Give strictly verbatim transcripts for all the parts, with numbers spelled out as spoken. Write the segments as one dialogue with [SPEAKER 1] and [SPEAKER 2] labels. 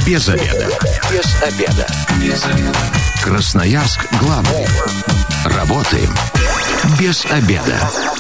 [SPEAKER 1] Без обеда. Без обеда. Без обеда. Красноярск главный. Работаем без обеда.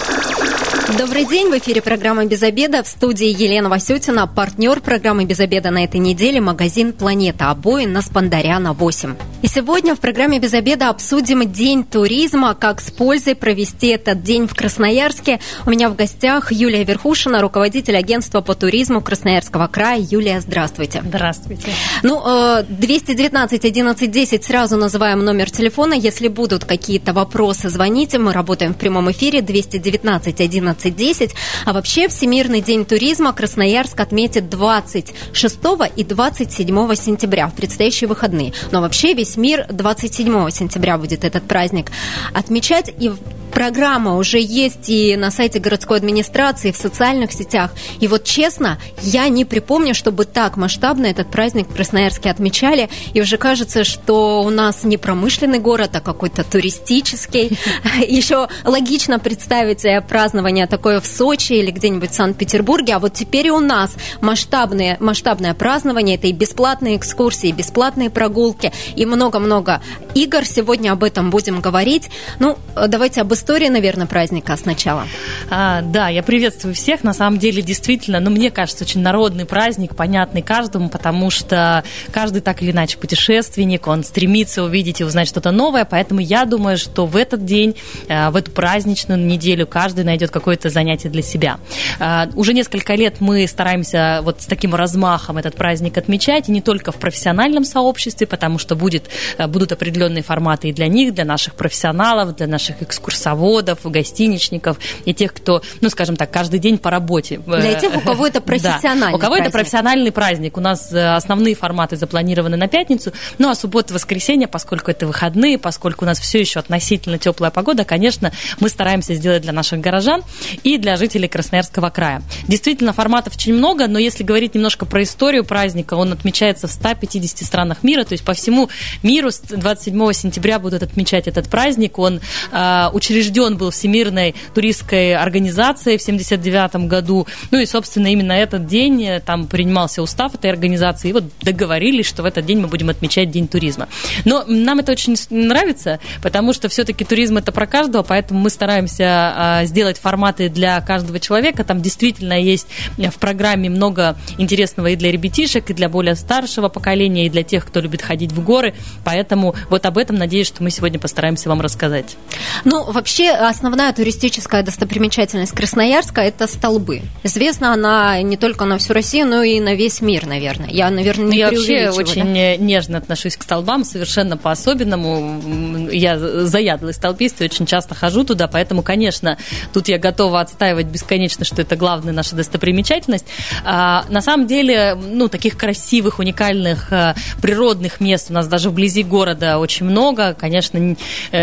[SPEAKER 2] Добрый день, в эфире программа «Без обеда», в студии Елена Васютина, партнер программы «Без обеда» на этой неделе магазин «Планета Обои» на Спандаряна восемь. И сегодня в программе «Без обеда» обсудим День туризма, как с пользой провести этот день в Красноярске. У меня в гостях Юлия Верхушина, руководитель агентства по туризму Красноярского края. Юлия, здравствуйте.
[SPEAKER 3] Здравствуйте.
[SPEAKER 2] Ну, двести девятнадцать одиннадцать десять, сразу называем номер телефона. Если будут какие-то вопросы, звоните. Мы работаем в прямом эфире двести девятнадцать одиннадцать десять. А вообще Всемирный день туризма Красноярск отметит двадцать шестого и двадцать седьмого сентября, в предстоящие выходные. Но вообще весь мир двадцать седьмого сентября будет этот праздник отмечать. И программа уже есть и на сайте городской администрации, и в социальных сетях. И вот честно, я не припомню, чтобы так масштабно этот праздник в Красноярске отмечали. И уже кажется, что у нас не промышленный город, а какой-то туристический. Еще логично представить празднование такое в Сочи или где-нибудь в Санкт-Петербурге. А вот теперь и у нас масштабное, масштабное празднование. Это и бесплатные экскурсии, и бесплатные прогулки, и много-много игр. Сегодня об этом будем говорить. Ну, давайте об истории, наверное, праздника сначала.
[SPEAKER 3] А, да, я приветствую всех. На самом деле, действительно, ну, мне кажется, очень народный праздник, понятный каждому, потому что каждый так или иначе путешественник, он стремится увидеть и узнать что-то новое, поэтому я думаю, что в этот день, в эту праздничную неделю каждый найдет какое-то занятие для себя. Уже несколько лет мы стараемся вот с таким размахом этот праздник отмечать, и не только в профессиональном сообществе, потому что будет, будут определенные форматы и для них, для наших профессионалов, для наших экскурсоводов, гостиничников и тех, кто, ну, скажем так, каждый день по работе.
[SPEAKER 2] Для тех, у кого это профессиональный
[SPEAKER 3] да, у кого
[SPEAKER 2] праздник.
[SPEAKER 3] это профессиональный праздник. У нас основные форматы запланированы на пятницу, ну, а суббота, воскресенье, поскольку это выходные, поскольку у нас все еще относительно теплая погода, конечно, мы стараемся сделать для наших горожан и для жителей Красноярского края. Действительно, форматов очень много, но если говорить немножко про историю праздника, он отмечается в ста пятидесяти странах мира, то есть по всему миру двадцать седьмого сентября будут отмечать этот праздник. Он э, учрежден был Всемирной туристской организацией в семьдесят девятом году. Ну и, собственно, именно этот день, там принимался устав этой организации, и вот договорились, что в этот день мы будем отмечать День туризма. Но нам это очень нравится, потому что все-таки туризм – это про каждого, поэтому мы стараемся э, сделать форматы для каждого человека. Там действительно есть в программе много интересного и для ребятишек, и для более старшего поколения, и для тех, кто любит ходить в горы. Поэтому вот об этом, надеюсь, что мы сегодня постараемся вам рассказать.
[SPEAKER 2] Ну, вообще, основная туристическая достопримечательность Красноярска – это столбы. Известна она не только на всю Россию, но и на весь мир, наверное. Я, наверное, не
[SPEAKER 3] Я
[SPEAKER 2] преувеличиваю.
[SPEAKER 3] вообще очень да? нежно отношусь к столбам, совершенно по-особенному. Я заядлый столбист и очень часто хожу туда, поэтому, конечно, тут я готова отстаивать бесконечно, что это главная наша достопримечательность. А, на самом деле, ну, таких красивых, уникальных а, природных мест у нас даже вблизи города очень много. Конечно, не,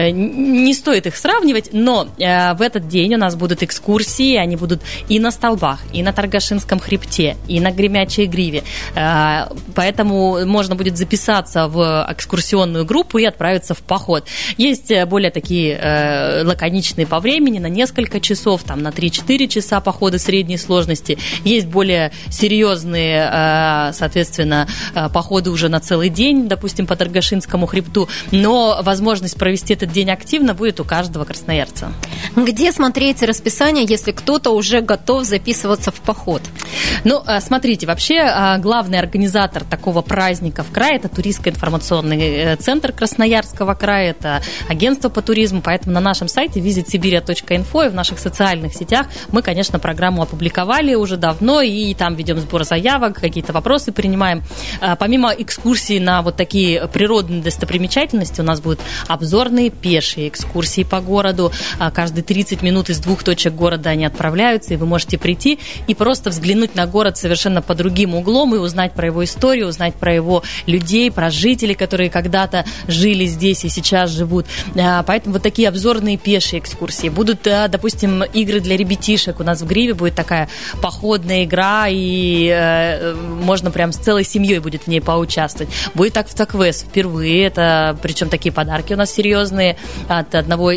[SPEAKER 3] не стоит их сравнивать, но а, в этот день у нас будут экскурсии, они будут и на столбах, и на Таргашинском хребте, и на Гремячей гриве. А, поэтому можно будет записаться в экскурсионную группу и отправиться в поход. Есть более такие э, лаконичные по времени, на несколько часов, там на три-четыре часа походы средней сложности. Есть более серьезные, э, соответственно, э, походы уже на целый день, допустим, по Таргашинскому хребту, но возможность провести этот день активно будет у каждого красноярца.
[SPEAKER 2] Где смотреть расписание, если кто-то уже готов записываться в поход?
[SPEAKER 3] Ну, смотрите, вообще главный организатор такого праздника в крае – это туристско-информационный центр Красноярского края, это агентство по туризму, поэтому на нашем сайте визит сибирия точка инфо и в наших социальных сетях мы, конечно, программу опубликовали уже давно, и там ведем сбор заявок, какие-то вопросы принимаем. Помимо экскурсий на вот такие природные достопримечательности, у нас будут обзорные пешие экскурсии по городу. Каждые тридцать минут из двух точек города они отправляются, и вы можете прийти и просто взглянуть на город совершенно по другим углом и узнать про его историю, узнать про его людей, про жителей, которые когда-то жили здесь и сейчас живут. Поэтому вот такие обзорные пешие экскурсии. Будут, допустим, игры для ребятишек. У нас в Гриве будет такая походная игра, и э, можно прям с целой семьей будет в ней поучаствовать. Будет так в Таквес впервые. Это, причем такие подарки у нас серьезные от одного из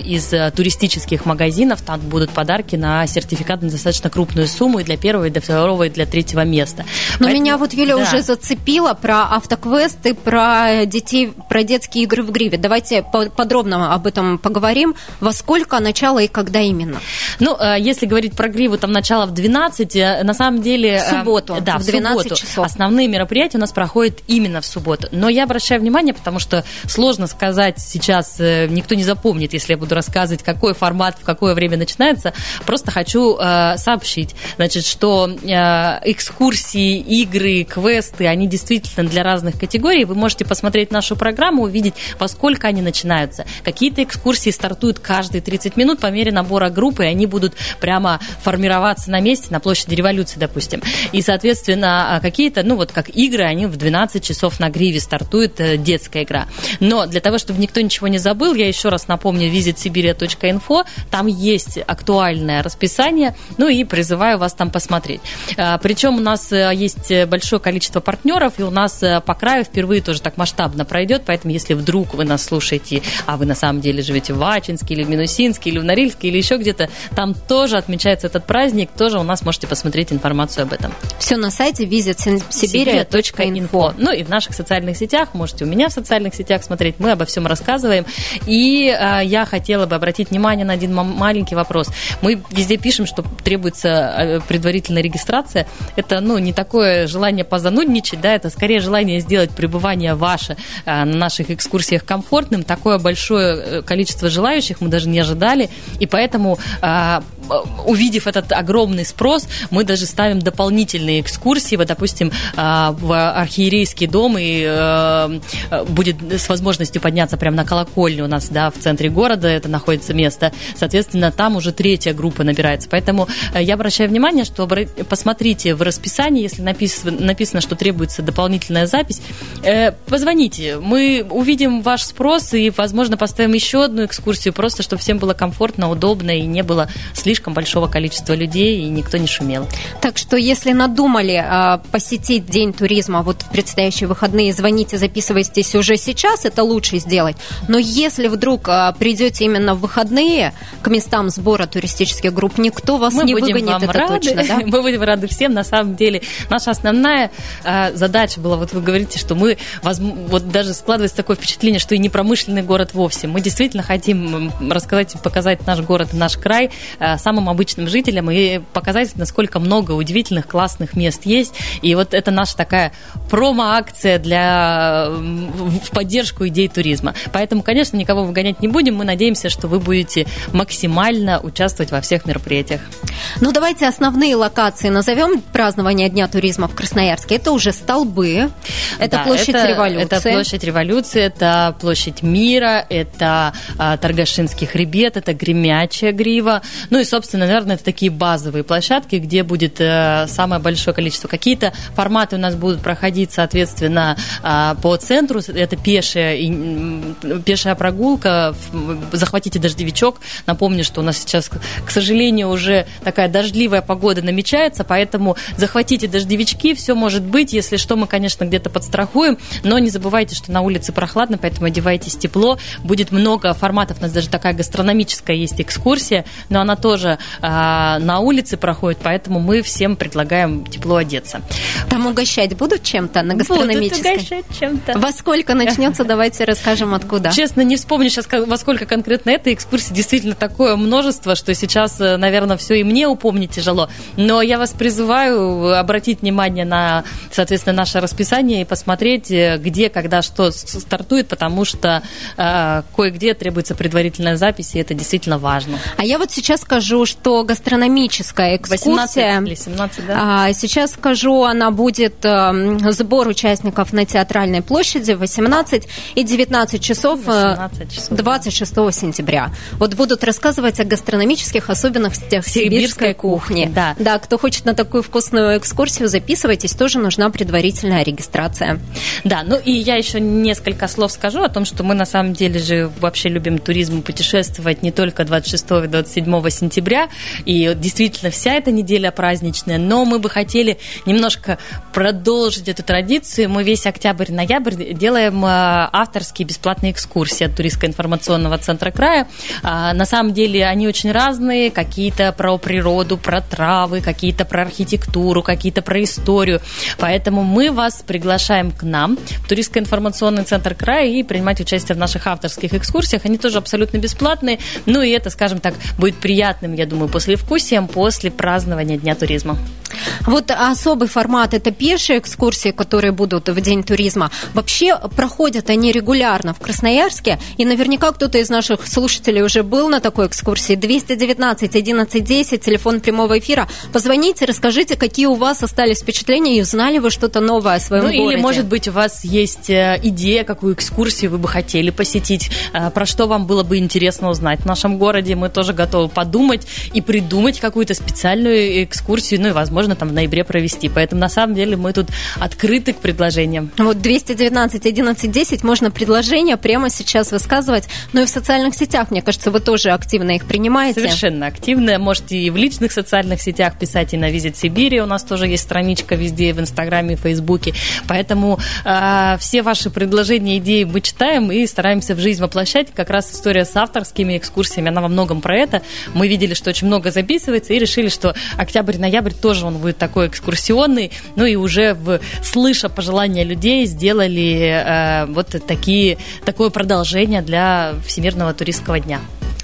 [SPEAKER 3] туристических магазинов. Там будут подарки на сертификат на достаточно крупную сумму и для первого, и для второго, и для третьего места.
[SPEAKER 2] Но Поэтому, меня вот Юля да. уже зацепила про автоквест и про детей, про детские игры в Гриве. Давайте подробно об этом поговорим. Во сколько, начало и когда именно?
[SPEAKER 3] Ну, если говорить про Гриву, там начало в двенадцать, на самом деле...
[SPEAKER 2] В субботу,
[SPEAKER 3] да,
[SPEAKER 2] в двенадцать
[SPEAKER 3] субботу.
[SPEAKER 2] часов.
[SPEAKER 3] Основные мероприятия у нас проходят именно в субботу. Но я обращаю внимание, потому что сложно сказать сейчас, никто не запомнит, если я буду рассказывать, какой формат, в какое время начинается. Просто хочу э, сообщить, значит, что э, экскурсии, игры, квесты, они действительно для разных категорий. Вы можете посмотреть нашу программу, увидеть, во сколько они начинаются. Какие-то экскурсии стартуют каждые тридцать минут по мере набора группы, и они будут прямо формироваться на месте, на площади Революции, допустим. И, соответственно, какие-то, ну вот как игры, они в двенадцать часов на Гриве стартует детская игра. Но для того, чтобы никто ничего не забыл, я еще раз напомню визит сибирия точка инфо, там есть актуальное расписание, ну и призываю вас там посмотреть. Причем у нас есть большое количество партнеров, и у нас по краю впервые тоже так масштабно пройдет, поэтому если вдруг вы нас слушаете, а вы на самом деле живете в Ачинске, или в Минусинске, или в Норильске, или еще где-то, там тоже отмечается этот праздник, тоже у нас можете посмотреть информацию об этом.
[SPEAKER 2] Все на сайте визит сибирия точка инфо.
[SPEAKER 3] Ну и в наших социальных сетях, можете у меня в социальных сетях смотреть, мы обо всем рассказываем. И э, я хотела бы обратить внимание на один маленький вопрос. Мы везде пишем, что требуется предварительная регистрация. Это, ну, не такое желание позанудничать, да, это скорее желание сделать пребывание ваше э, на наших экскурсиях комфортным. Такое большое количество желающих мы даже не ожидали, и поэтому, э, увидев этот огромный спрос, мы даже ставим дополнительные экскурсии. Вот, допустим, э, в архиерейский дом, и э, будет с возможностью подняться прямо на колокольню у нас, да, в центре города, это находится место. Соответственно, там уже третья группа набирается. Поэтому я обращаю внимание, что посмотрите в расписании, если написано, написано, что требуется дополнительная запись, э, позвоните. Мы увидим ваш спрос и, возможно, поставим еще одну экскурсию, просто чтобы всем было комфортно, удобно и не было слишком большого количества людей, и никто не шумел.
[SPEAKER 2] Так что, если надумали э, посетить День туризма вот в предстоящие выходные, звоните, записывайтесь уже сейчас, это лучше сделать. Но если вдруг а, придете именно в выходные к местам сбора туристических групп, никто вас
[SPEAKER 3] мы
[SPEAKER 2] не
[SPEAKER 3] будем
[SPEAKER 2] выгонит,
[SPEAKER 3] вам
[SPEAKER 2] это
[SPEAKER 3] рады.
[SPEAKER 2] Точно, да?
[SPEAKER 3] Мы будем рады всем. На самом деле, наша основная а, задача была, вот вы говорите, что мы, вот даже складывается такое впечатление, что и не промышленный город вовсе. Мы действительно хотим рассказать, показать наш город, наш край а, самым обычным жителям и показать, насколько много удивительных, классных мест есть. И вот это наша такая промо-акция для, в поддержку идей туризма. Поэтому, конечно, никого выгонять не будем. Мы надеемся, что вы будете максимально участвовать во всех мероприятиях.
[SPEAKER 2] Ну, давайте основные локации назовем празднования Дня туризма в Красноярске. Это уже столбы, это да, площадь это, Революции.
[SPEAKER 3] Это площадь Революции, это площадь Мира, это а, Торгашинский хребет, это Гремячая Грива. Ну и, собственно, наверное, это такие базовые площадки, где будет а, самое большое количество. Какие-то форматы у нас будут проходить, соответственно, а, по центру. Это пешая, и, пешая прогулка. Захватите дождевичок. Напомню, что у нас сейчас, к сожалению, уже такая дождливая погода намечается, поэтому захватите дождевички, все может быть. Если что, мы, конечно, где-то подстрахуем, но не забывайте, что на улице прохладно, поэтому одевайтесь тепло. Будет много форматов, у нас даже такая гастрономическая есть экскурсия, но она тоже э, на улице проходит, поэтому мы всем предлагаем тепло одеться.
[SPEAKER 2] Там угощать будут чем-то на гастрономической?
[SPEAKER 3] Будут угощать чем-то.
[SPEAKER 2] Во сколько начнется, давайте расскажем, откуда.
[SPEAKER 3] Честно, не вспомню сейчас, во сколько конкретно эта экскурсия. Действительно такое множество, что сейчас, наверное, все и мне упомнить тяжело. Но я вас призываю обратить внимание на, соответственно, наше расписание и посмотреть, где, когда, что стартует, потому что э, кое-где требуется предварительная запись, и это действительно важно.
[SPEAKER 2] А я вот сейчас скажу, что гастрономическая экскурсия...
[SPEAKER 3] восемнадцать или семнадцать, да?
[SPEAKER 2] А, сейчас скажу, она будет э, сбор участников на Театральной площади в восемнадцать и девятнадцать часов,
[SPEAKER 3] восемнадцать часов
[SPEAKER 2] двадцать шестого сентября. Вот будут рассказывать о гастрономических особенностях сибирской кухни.
[SPEAKER 3] Да.
[SPEAKER 2] Да, кто хочет на такую вкусную экскурсию, записывайтесь, тоже нужна предварительная регистрация.
[SPEAKER 3] Да, ну и я еще несколько слов скажу о том, что мы на самом деле же вообще любим туризм и путешествовать не только двадцать шестого и двадцать седьмого сентября, и действительно вся эта неделя праздничная, но мы бы хотели немножко продолжить эту традицию. Мы весь октябрь-ноябрь делаем авторские бесплатные экскурсии от туристско-информационного центра края. На самом деле они очень разные, какие-то про природу, про травы, какие-то про архитектуру, какие-то про историю. Поэтому мы вас приглашаем к нам в туристско-информационный центр края и принимать участие в наших авторских экскурсиях. Они тоже абсолютно бесплатные. Ну и это, скажем так, будет приятным, я думаю, послевкусием после празднования Дня туризма.
[SPEAKER 2] Вот особый формат – это пешие экскурсии, которые будут в День туризма. Вообще проходят они регулярно в Красноярске, и наверняка кто-то из наших слушателей уже был на такой экскурсии. двести девятнадцать одиннадцать десять, телефон прямого эфира. Позвоните, расскажите, какие у вас остались впечатления и узнали вы что-то новое о своем
[SPEAKER 3] ну,
[SPEAKER 2] городе.
[SPEAKER 3] Или, может быть, у вас есть идея, какую экскурсию вы бы хотели посетить, про что вам было бы интересно узнать в нашем городе. Мы тоже готовы подумать и придумать какую-то специальную экскурсию, ну и, возможно, там в ноябре провести. Поэтому, на самом деле, мы тут открыты к предложениям.
[SPEAKER 2] Вот двести девятнадцать одиннадцать десять, можно предложения прямо сейчас высказывать. Ну и в социальных сетях, мне кажется, вы тоже активно их принимаете.
[SPEAKER 3] Совершенно активно. Можете и в личных социальных сетях писать, и на Visit Сибири. У нас тоже есть страничка везде, в Инстаграме, в Фейсбуке. Поэтому э, все ваши предложения, идеи мы читаем и стараемся в жизнь воплощать. Как раз история с авторскими экскурсиями, она во многом про это. Мы видели, что очень много записывается, и решили, что октябрь-ноябрь тоже он будет такой экскурсионный. Ну и уже, в, слыша пожелания людей, сделали э, вот такие, такое продолжение для Всемирного туристского дня.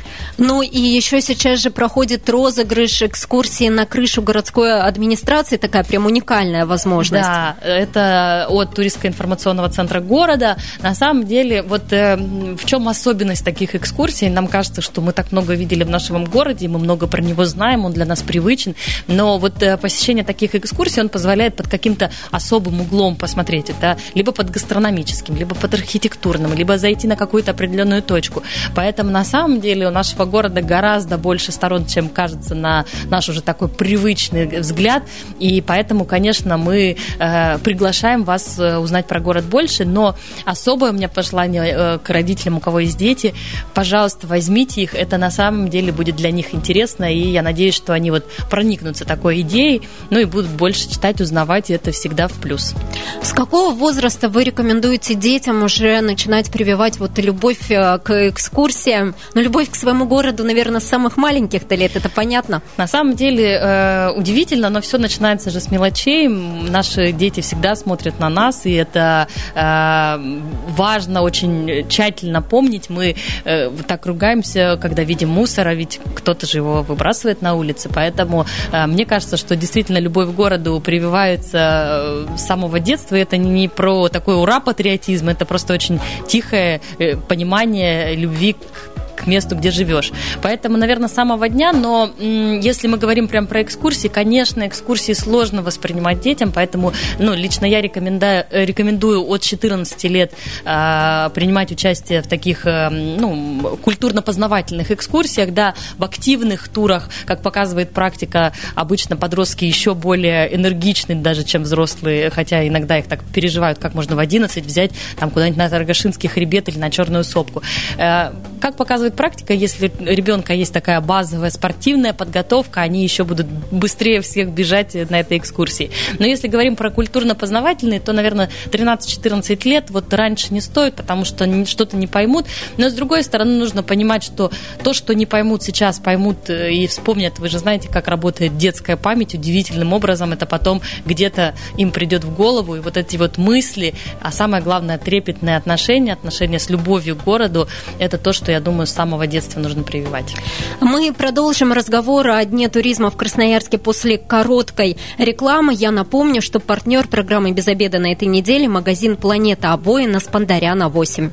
[SPEAKER 2] Ну и еще сейчас же проходит розыгрыш экскурсии на крышу городской администрации, такая прям уникальная возможность.
[SPEAKER 3] Да, это от туристско-информационного центра города. На самом деле, вот э, в чем особенность таких экскурсий? Нам кажется, что мы так много видели в нашем городе, мы много про него знаем, он для нас привычен, но вот э, посещение таких экскурсий, он позволяет под каким-то особым углом посмотреть это, либо под гастрономическим, либо под архитектурным, либо зайти на какую-то определенную точку. Поэтому на самом деле у нашего города гораздо больше сторон, чем кажется на наш уже такой привычный взгляд, и поэтому, конечно, мы э, приглашаем вас узнать про город больше, но особое у меня пожелание э, к родителям, у кого есть дети, пожалуйста, возьмите их, это на самом деле будет для них интересно, и я надеюсь, что они вот проникнутся такой идеей, ну и будут больше читать, узнавать, и это всегда в плюс.
[SPEAKER 2] С какого возраста вы рекомендуете детям уже начинать прививать вот любовь к экскурсиям, ну, любовь к своему городу, наверное, с самых маленьких-то лет, это понятно?
[SPEAKER 3] На самом деле э, удивительно, но все начинается же с мелочей. Наши дети всегда смотрят на нас, и это э, важно очень тщательно помнить. Мы э, так ругаемся, когда видим мусор, а ведь кто-то же его выбрасывает на улице. Поэтому э, мне кажется, что действительно любовь к городу прививается с самого детства. И это не, не про такой ура-патриотизм, это просто очень тихое э, понимание любви к к месту, где живешь. Поэтому, наверное, с самого дня, но м, если мы говорим прям про экскурсии, конечно, экскурсии сложно воспринимать детям, поэтому, ну, лично я рекомендую, рекомендую от четырнадцати лет э, принимать участие в таких, э, ну, культурно-познавательных экскурсиях, да, в активных турах, как показывает практика, обычно подростки еще более энергичны даже, чем взрослые, хотя иногда их так переживают, как можно в одиннадцать взять там куда-нибудь на Таргашинский хребет или на Черную Сопку. Э, как показывает практика, если у ребенка есть такая базовая спортивная подготовка, они еще будут быстрее всех бежать на этой экскурсии. Но если говорим про культурно-познавательные, то, наверное, тринадцать-четырнадцать лет вот раньше не стоит, потому что что-то не поймут. Но, с другой стороны, нужно понимать, что то, что не поймут сейчас, поймут и вспомнят. Вы же знаете, как работает детская память удивительным образом. Это потом где-то им придет в голову. И вот эти вот мысли, а самое главное, трепетные отношения, отношения с любовью к городу, это то, что, я думаю, с самого детства нужно прививать.
[SPEAKER 2] Мы продолжим разговор о Дне туризма в Красноярске после короткой рекламы. Я напомню, что партнер программы «Без обеда» на этой неделе – магазин «Планета обои» на Спандаряна восемь.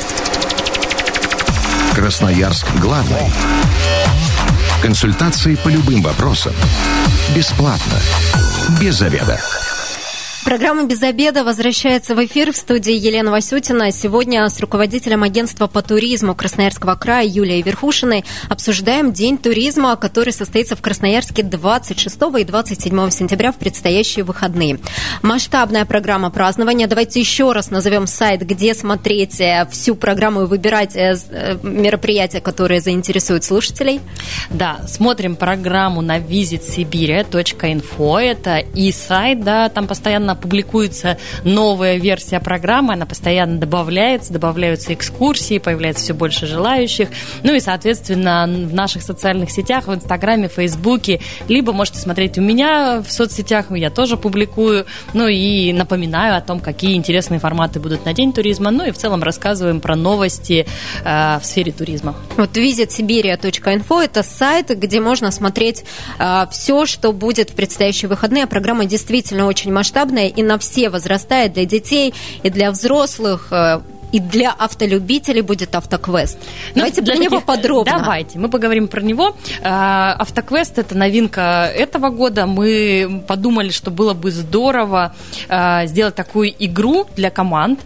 [SPEAKER 1] Красноярск главный. Консультации по любым вопросам. Бесплатно. Без обеда.
[SPEAKER 2] Программа «Без обеда» возвращается в эфир. В студии Елена Васютина. Сегодня с руководителем агентства по туризму Красноярского края Юлией Верхушиной обсуждаем День туризма, который состоится в Красноярске двадцать шестого и двадцать седьмого сентября в предстоящие выходные. Масштабная программа празднования. Давайте еще раз назовем сайт, где смотреть всю программу и выбирать мероприятия, которые заинтересуют слушателей.
[SPEAKER 3] Да, смотрим программу на визит сибирь точка инфо. Это и сайт, да, там постоянно публикуется новая версия программы, она постоянно добавляется, добавляются экскурсии, появляется все больше желающих. Ну и, соответственно, в наших социальных сетях, в Инстаграме, Фейсбуке, либо можете смотреть у меня в соцсетях, я тоже публикую, ну и напоминаю о том, какие интересные форматы будут на День туризма, ну и в целом рассказываем про новости э, в сфере туризма.
[SPEAKER 2] Вот визит сибирия точка инфо – это сайт, где можно смотреть э, все, что будет в предстоящие выходные. Программа действительно очень масштабная и на все возраста, и для детей, и для взрослых, э, и для автолюбителей будет автоквест. Ну, давайте про таких... него подробно.
[SPEAKER 3] Давайте, мы поговорим про него. Автоквест – это новинка этого года. Мы подумали, что было бы здорово сделать такую игру для команд.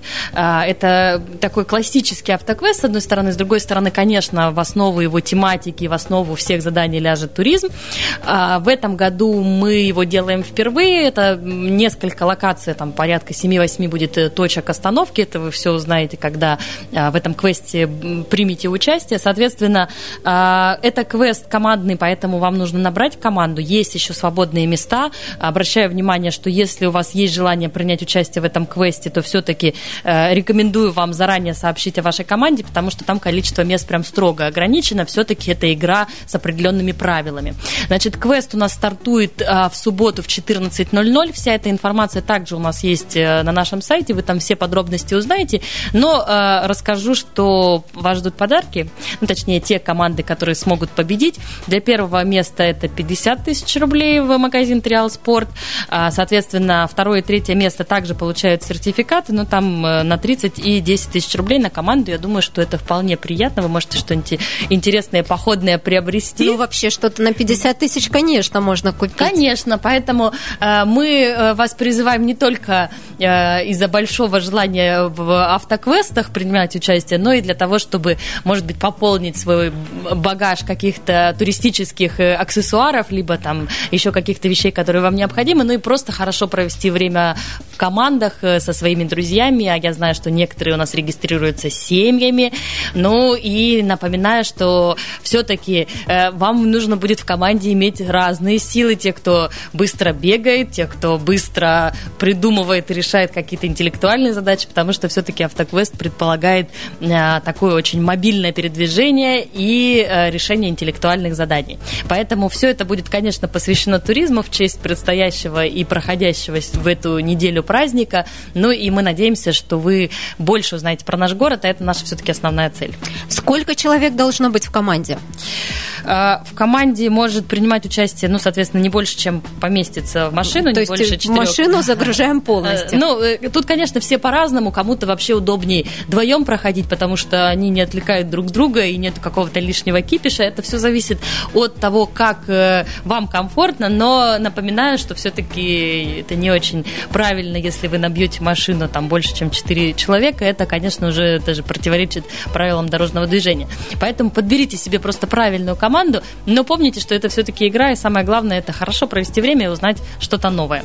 [SPEAKER 3] Это такой классический автоквест, с одной стороны. С другой стороны, конечно, в основу его тематики, в основу всех заданий ляжет туризм. В этом году мы его делаем впервые. Это несколько локаций, там порядка семь-восемь будет точек остановки. Это вы все узнаете, когда а, в этом квесте примете участие. Соответственно, а, это квест командный, поэтому вам нужно набрать команду. Есть еще свободные места. Обращаю внимание, что если у вас есть желание принять участие в этом квесте, то все-таки а, рекомендую вам заранее сообщить о вашей команде, потому что там количество мест прям строго ограничено. Все-таки это игра с определенными правилами. Значит, квест у нас стартует а, в субботу в четырнадцать ноль ноль. Вся эта информация также у нас есть а, на нашем сайте. Вы там все подробности узнаете. Но э, расскажу, что вас ждут подарки, ну, точнее, те команды, которые смогут победить. Для первого места это пятьдесят тысяч рублей в магазин Триал Спорт. А, соответственно, второе и третье место также получают сертификаты, но там э, на тридцать и десять тысяч рублей на команду. Я думаю, что это вполне приятно. Вы можете что-нибудь интересное, походное приобрести.
[SPEAKER 2] Ну, вообще, что-то на пятьдесят тысяч, конечно, можно купить.
[SPEAKER 3] Конечно, поэтому э, мы э, вас призываем не только э, из-за большого желания в автоквестах принимать участие, но и для того, чтобы, может быть, пополнить свой багаж каких-то туристических аксессуаров, либо там еще каких-то вещей, которые вам необходимы, ну и просто хорошо провести время в командах со своими друзьями, а я знаю, что некоторые у нас регистрируются семьями, ну и напоминаю, что все-таки э, вам нужно будет в команде иметь разные силы, те, кто быстро бегает, те, кто быстро придумывает и решает какие-то интеллектуальные задачи, потому что все-таки автоквест предполагает э, такое очень мобильное передвижение и э, решение интеллектуальных заданий. Поэтому все это будет, конечно, посвящено туризму в честь предстоящего и проходящего в эту неделю праздника. Ну и мы надеемся, что вы больше узнаете про наш город, а это наша все-таки основная цель.
[SPEAKER 2] Сколько человек должно быть в команде?
[SPEAKER 3] В команде может принимать участие, ну, соответственно, не больше, чем поместится в машину.
[SPEAKER 2] То
[SPEAKER 3] не
[SPEAKER 2] есть
[SPEAKER 3] больше
[SPEAKER 2] в машину загружаем полностью?
[SPEAKER 3] Ну, тут, конечно, все по-разному. Кому-то вообще удобнее вдвоем проходить, потому что они не отвлекают друг друга и нет какого-то лишнего кипиша. Это все зависит от того, как вам комфортно, но напоминаю, что все-таки это не очень правильно, если вы набьете машину там больше, чем четыре человека. Это, конечно, уже даже противоречит правилам дорожного движения. Поэтому подберите себе просто правильную команду, команду, но помните, что это все-таки игра, и самое главное, это хорошо провести время и узнать что-то новое.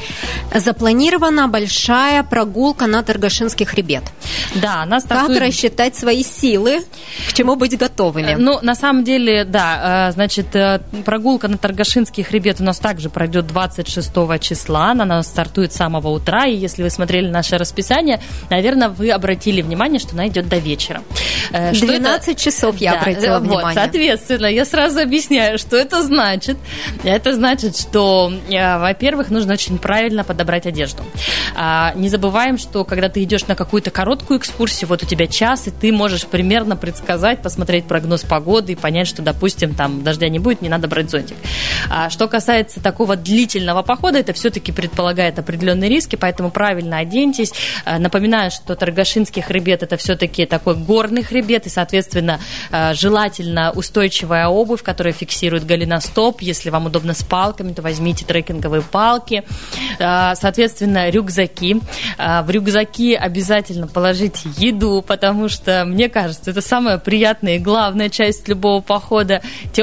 [SPEAKER 2] Запланирована большая прогулка на Торгашинский хребет.
[SPEAKER 3] Да, она стартует...
[SPEAKER 2] Как рассчитать свои силы, к чему быть готовыми?
[SPEAKER 3] Ну, на самом деле, да, значит, прогулка на Торгашинский хребет у нас также пройдет двадцать шестого числа, она стартует с самого утра, и если вы смотрели наше расписание, наверное, вы обратили внимание, что она идет до вечера.
[SPEAKER 2] двенадцать часов я да, обратила
[SPEAKER 3] вот,
[SPEAKER 2] внимание.
[SPEAKER 3] Соответственно, я сразу объясняю, что это значит. Это значит, что, во-первых, нужно очень правильно подобрать одежду. А, не забываем, что когда ты идешь на какую-то короткую экскурсию, вот у тебя час, и ты можешь примерно предсказать, посмотреть прогноз погоды и понять, что, допустим, там дождя не будет, не надо брать зонтик. А, что касается такого длительного похода, это все-таки предполагает определенные риски, поэтому правильно оденьтесь. А, напоминаю, что Торгашинский хребет – это все-таки такой горный хребет, и, соответственно, а, желательно устойчивая обувь, которая фиксирует голеностоп. Если вам удобно с палками, то возьмите трекинговые палки. Соответственно, рюкзаки. В рюкзаки обязательно положите еду, потому что, мне кажется, это самая приятная и главная часть любого похода.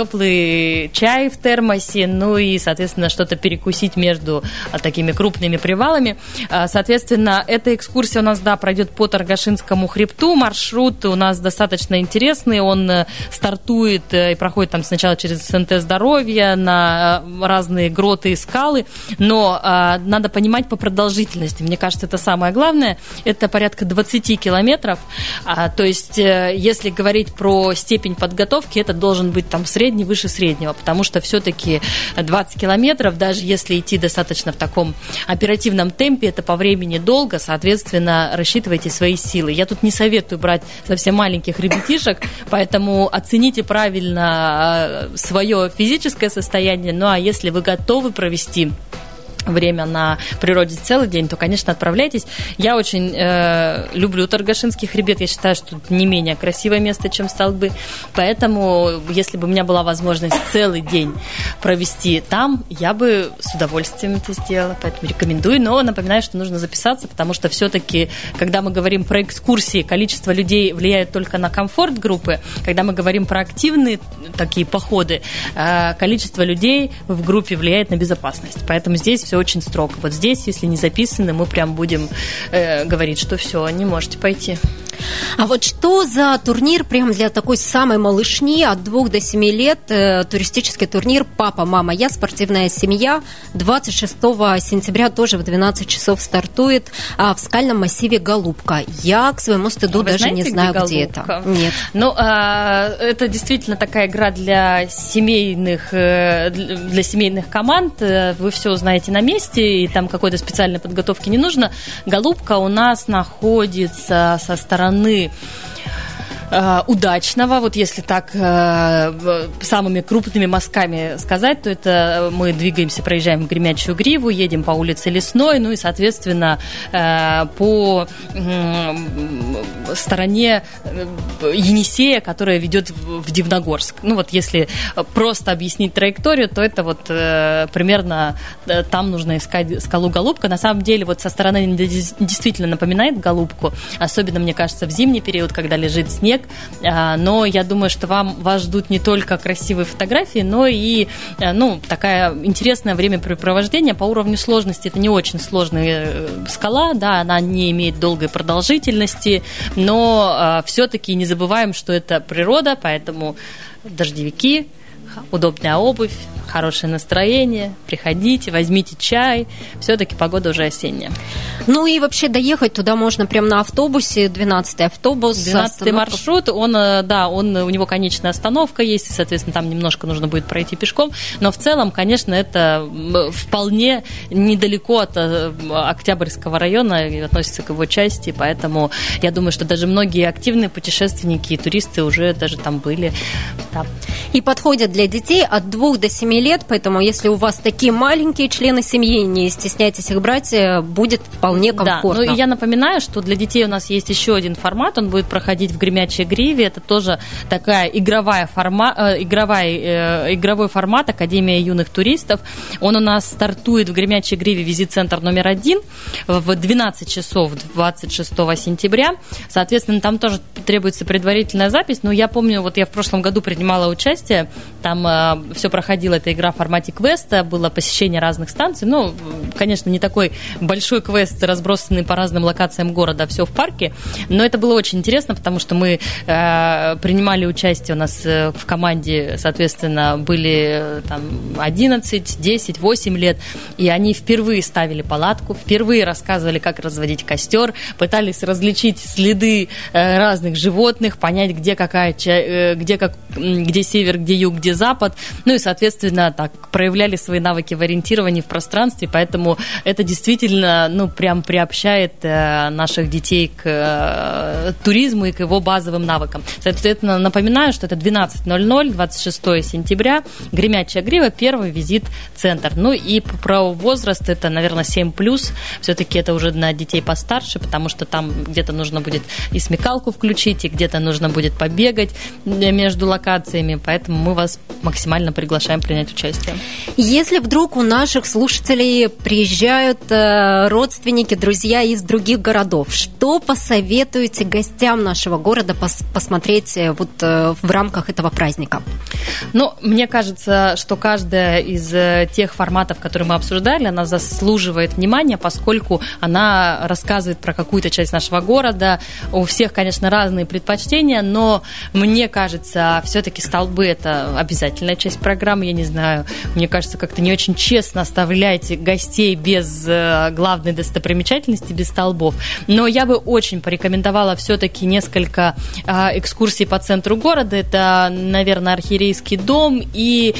[SPEAKER 3] Теплый чай в термосе, ну и, соответственно, что-то перекусить между такими крупными привалами. Соответственно, эта экскурсия у нас, да, пройдет по Торгашинскому хребту. Маршрут у нас достаточно интересный. Он стартует и проходит там сначала через СНТ «Здоровье», на разные гроты и скалы, но надо понимать по продолжительности. Мне кажется, это самое главное. Это порядка двадцать километров. А, то есть, если говорить про степень подготовки, это должен быть там средний, выше среднего, потому что все-таки двадцать километров, даже если идти достаточно в таком оперативном темпе, это по времени долго, соответственно, рассчитывайте свои силы. Я тут не советую брать совсем маленьких ребятишек, поэтому оцените правильно свое физическое состояние. Ну а если вы готовы провести время на природе целый день, то, конечно, отправляйтесь. Я очень э, люблю Торгашинский хребет. Я считаю, что это не менее красивое место, чем Столбы. Поэтому, если бы у меня была возможность целый день провести там, я бы с удовольствием это сделала. Поэтому рекомендую. Но напоминаю, что нужно записаться, потому что все-таки, когда мы говорим про экскурсии, количество людей влияет только на комфорт группы. Когда мы говорим про активные такие походы, э, количество людей в группе влияет на безопасность. Поэтому здесь все очень строго. Вот здесь, если не записаны, мы прям будем э, говорить, что все, не можете пойти.
[SPEAKER 2] А вот что за турнир прям для такой самой малышни от двух до семи лет, э, туристический турнир «Папа, мама, я, спортивная семья», двадцать шестого сентября тоже в двенадцать часов стартует а, в скальном массиве Голубка. Я, к своему стыду,
[SPEAKER 3] Вы
[SPEAKER 2] даже
[SPEAKER 3] знаете,
[SPEAKER 2] не знаю,
[SPEAKER 3] где,
[SPEAKER 2] где это. Нет.
[SPEAKER 3] Ну, а, это действительно такая игра для семейных, для семейных команд. Вы все узнаете на месте, и там какой-то специальной подготовки не нужно. Голубка у нас находится со стороны удачного, вот если так самыми крупными мазками сказать, то это мы двигаемся, проезжаем в Гремячую Гриву, едем по улице Лесной, ну и, соответственно, по стороне Енисея, которая ведет в Дивногорск. Ну вот если просто объяснить траекторию, то это вот примерно там нужно искать скалу Голубка. На самом деле вот со стороны действительно напоминает Голубку, особенно, мне кажется, в зимний период, когда лежит снег. Но я думаю, что вам, вас ждут не только красивые фотографии, но и ну, такая интересное времяпрепровождение. По уровню сложности это не очень сложная скала, да, она не имеет долгой продолжительности, но все-таки не забываем, что это природа, поэтому дождевики, удобная обувь, хорошее настроение, приходите, возьмите чай, все-таки погода уже осенняя.
[SPEAKER 2] Ну и вообще доехать туда можно прямо на автобусе, двенадцатый автобус.
[SPEAKER 3] двенадцатый маршрут, он, да, он, у него конечная остановка есть, соответственно, там немножко нужно будет пройти пешком, но в целом, конечно, это вполне недалеко от Октябрьского района и относится к его части, поэтому я думаю, что даже многие активные путешественники и туристы уже даже там были. Да.
[SPEAKER 2] И подходят для детей от двух до семи лет, поэтому если у вас такие маленькие члены семьи, не стесняйтесь их брать, будет вполне комфортно.
[SPEAKER 3] Да, ну и я напоминаю, что для детей у нас есть еще один формат, он будет проходить в Гремячей Гриве, это тоже такая игровая форма, э, игровая, э, игровой формат Академия юных туристов. Он у нас стартует в Гремячей Гриве, визит-центр номер один, в двенадцать часов двадцать шестого сентября. Соответственно, там тоже требуется предварительная запись, но я помню, вот я в прошлом году принимала участие, там э, все проходило, эта игра в формате квеста, было посещение разных станций, ну, конечно, не такой большой квест, разбросанный по разным локациям города, все в парке, но это было очень интересно, потому что мы э, принимали участие, у нас э, в команде, соответственно, были там одиннадцать, десять, восемь лет, и они впервые ставили палатку, впервые рассказывали, как разводить костер, пытались различить следы э, разных животных, понять, где какая, э, где, как, где север, где юг, где запад, ну и, соответственно, так, проявляли свои навыки в ориентировании в пространстве, поэтому это действительно, ну, прям приобщает э, наших детей к э, туризму и к его базовым навыкам. Соответственно, напоминаю, что это двенадцать ноль ноль, двадцать шестого сентября, Гремячая Грива, первый визит-центр. Ну и про возраст, это, наверное, семь плюс, все-таки это уже на детей постарше, потому что там где-то нужно будет и смекалку включить, и где-то нужно будет побегать между локациями, поэтому мы вас максимально приглашаем принять участие.
[SPEAKER 2] Если вдруг у наших слушателей приезжают э, родственники, друзья из других городов, что посоветуете гостям нашего города пос- посмотреть э, вот э, в рамках этого праздника?
[SPEAKER 3] Ну, мне кажется, что каждая из э, тех форматов, которые мы обсуждали, она заслуживает внимания, поскольку она рассказывает про какую-то часть нашего города. У всех, конечно, разные предпочтения, но мне кажется, все-таки Столбы – это обязательная часть программы. Я не, знаю, мне кажется, как-то не очень честно оставлять гостей без главной достопримечательности, без столбов. Но я бы очень порекомендовала все-таки несколько экскурсий по центру города. Это, наверное, Архиерейский дом и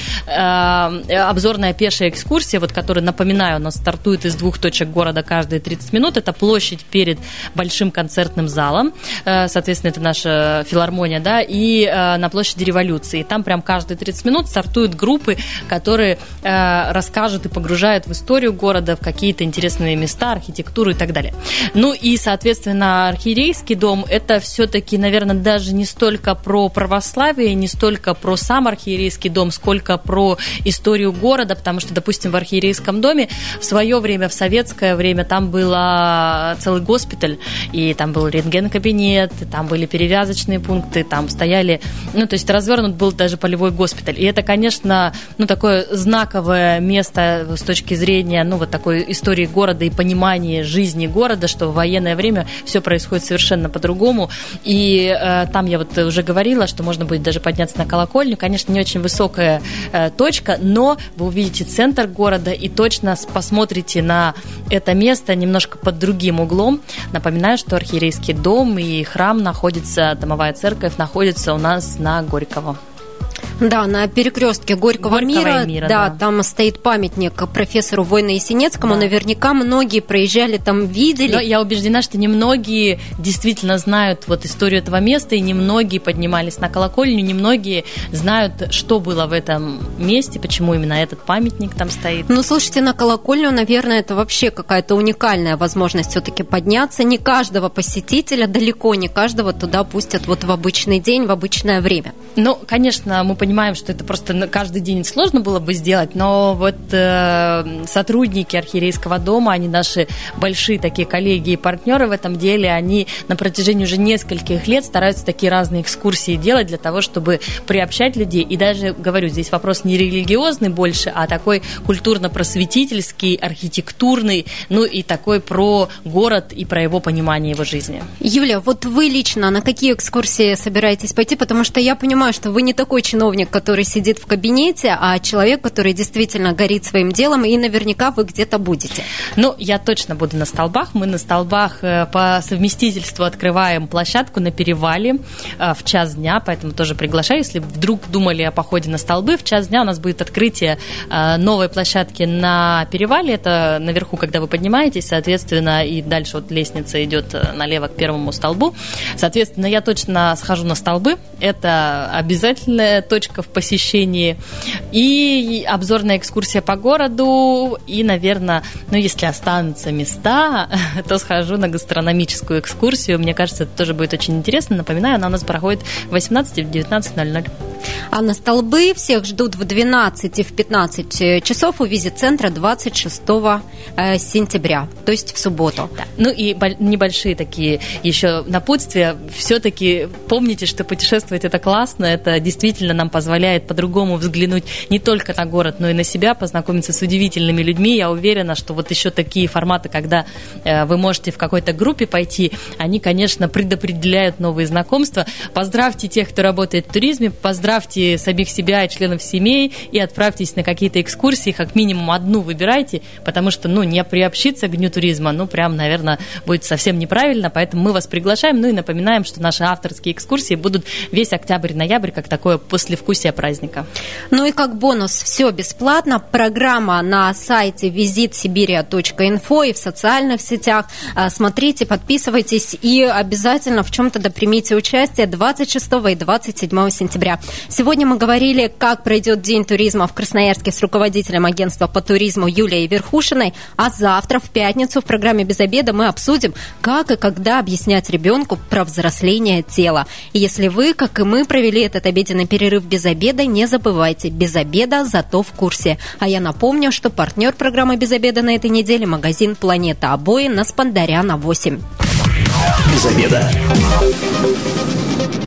[SPEAKER 3] обзорная пешая экскурсия, вот, которая, напоминаю, у нас стартует из двух точек города каждые тридцать минут. Это площадь перед большим концертным залом. Соответственно, это наша филармония, да, и на площади Революции. Там прям каждые тридцать минут стартуют группы, которые э, расскажут и погружают в историю города, в какие-то интересные места, архитектуру и так далее. Ну и, соответственно, Архиерейский дом – это все-таки, наверное, даже не столько про православие, не столько про сам Архиерейский дом, сколько про историю города, потому что, допустим, в Архиерейском доме в свое время, в советское время, там был целый госпиталь, и там был рентген-кабинет, и там были перевязочные пункты, там стояли, ну, то есть развернут был даже полевой госпиталь. И это, конечно, ну, такое знаковое место с точки зрения, ну, вот такой истории города и понимания жизни города, что в военное время все происходит совершенно по-другому. И э, там я вот уже говорила, что можно будет даже подняться на колокольню. Конечно, не очень высокая э, точка, но вы увидите центр города и точно посмотрите на это место немножко под другим углом. Напоминаю, что Архиерейский дом и храм находится, домовая церковь находится у нас на Горького.
[SPEAKER 2] Да, на перекрестке Горького, Горького мира,
[SPEAKER 3] мира
[SPEAKER 2] да,
[SPEAKER 3] да,
[SPEAKER 2] там стоит памятник профессору Войно Ясенецкому. Да. Наверняка многие проезжали там, видели.
[SPEAKER 3] Но я убеждена, что немногие действительно знают вот историю этого места, и немногие поднимались на колокольню, немногие знают, что было в этом месте, почему именно этот памятник там стоит.
[SPEAKER 2] Ну, слушайте, на колокольню, наверное, это вообще какая-то уникальная возможность все-таки подняться. Не каждого посетителя, далеко не каждого туда пустят вот в обычный день, в обычное время.
[SPEAKER 3] Ну, конечно, мы понимаем, что это просто каждый день сложно было бы сделать, но вот э, сотрудники Архиерейского дома, они наши большие такие коллеги и партнеры в этом деле, они на протяжении уже нескольких лет стараются такие разные экскурсии делать для того, чтобы приобщать людей. И даже, говорю, здесь вопрос не религиозный больше, а такой культурно-просветительский, архитектурный, ну и такой про город и про его понимание его жизни.
[SPEAKER 2] Юля, вот вы лично на какие экскурсии собираетесь пойти? Потому что я понимаю, что вы не такой чиновник, который сидит в кабинете, а человек, который действительно горит своим делом, и наверняка вы где-то будете.
[SPEAKER 3] Ну, я точно буду на столбах. Мы на столбах по совместительству открываем площадку на перевале в час дня, поэтому тоже приглашаю. Если вдруг думали о походе на столбы, в час дня у нас будет открытие новой площадки на перевале. Это наверху, когда вы поднимаетесь, соответственно, и дальше вот лестница идет налево к первому столбу. Соответственно, я точно схожу на столбы. Это обязательная точка в посещении. И обзорная экскурсия по городу. И, наверное, ну, если останутся места, то схожу на гастрономическую экскурсию. Мне кажется, это тоже будет очень интересно. Напоминаю, она у нас проходит в восемнадцать-девятнадцать ноль ноль.
[SPEAKER 2] А на столбы всех ждут в двенадцать и в пятнадцать часов у визит-центра двадцать шестого сентября, то есть в субботу.
[SPEAKER 3] Да. Ну и небольшие такие еще напутствия. Все-таки помните, что путешествовать это классно, это действительно нам позволяет по-другому взглянуть не только на город, но и на себя, познакомиться с удивительными людьми. Я уверена, что вот еще такие форматы, когда вы можете в какой-то группе пойти, они, конечно, предопределяют новые знакомства. Поздравьте тех, кто работает в туризме, поздравьте самих себя и членов семей и отправьтесь на какие-то экскурсии, как минимум одну выбирайте, потому что, ну, не приобщиться к дню туризма, ну, прям, наверное, будет совсем неправильно, поэтому мы вас приглашаем, ну и напоминаем, что наши авторские экскурсии будут весь октябрь-ноябрь, как такое послевкусие праздника.
[SPEAKER 2] Ну и как бонус, все бесплатно, программа на сайте визит сибирия точка инфо и в социальных сетях, смотрите, подписывайтесь и обязательно в чем-то да примите участие двадцать шестого и двадцать седьмого сентября. Сегодня мы говорили, как пройдет День туризма в Красноярске с руководителем агентства по туризму Юлией Верхушиной, а завтра, в пятницу, в программе «Без обеда» мы обсудим, как и когда объяснять ребенку про взросление тела. И если вы, как и мы, провели этот обеденный перерыв без обеда, не забывайте, без обеда, зато в курсе. А я напомню, что партнер программы «Без обеда» на этой неделе – магазин «Планета Обои» на Спандаряна восемь.
[SPEAKER 1] Без обеда.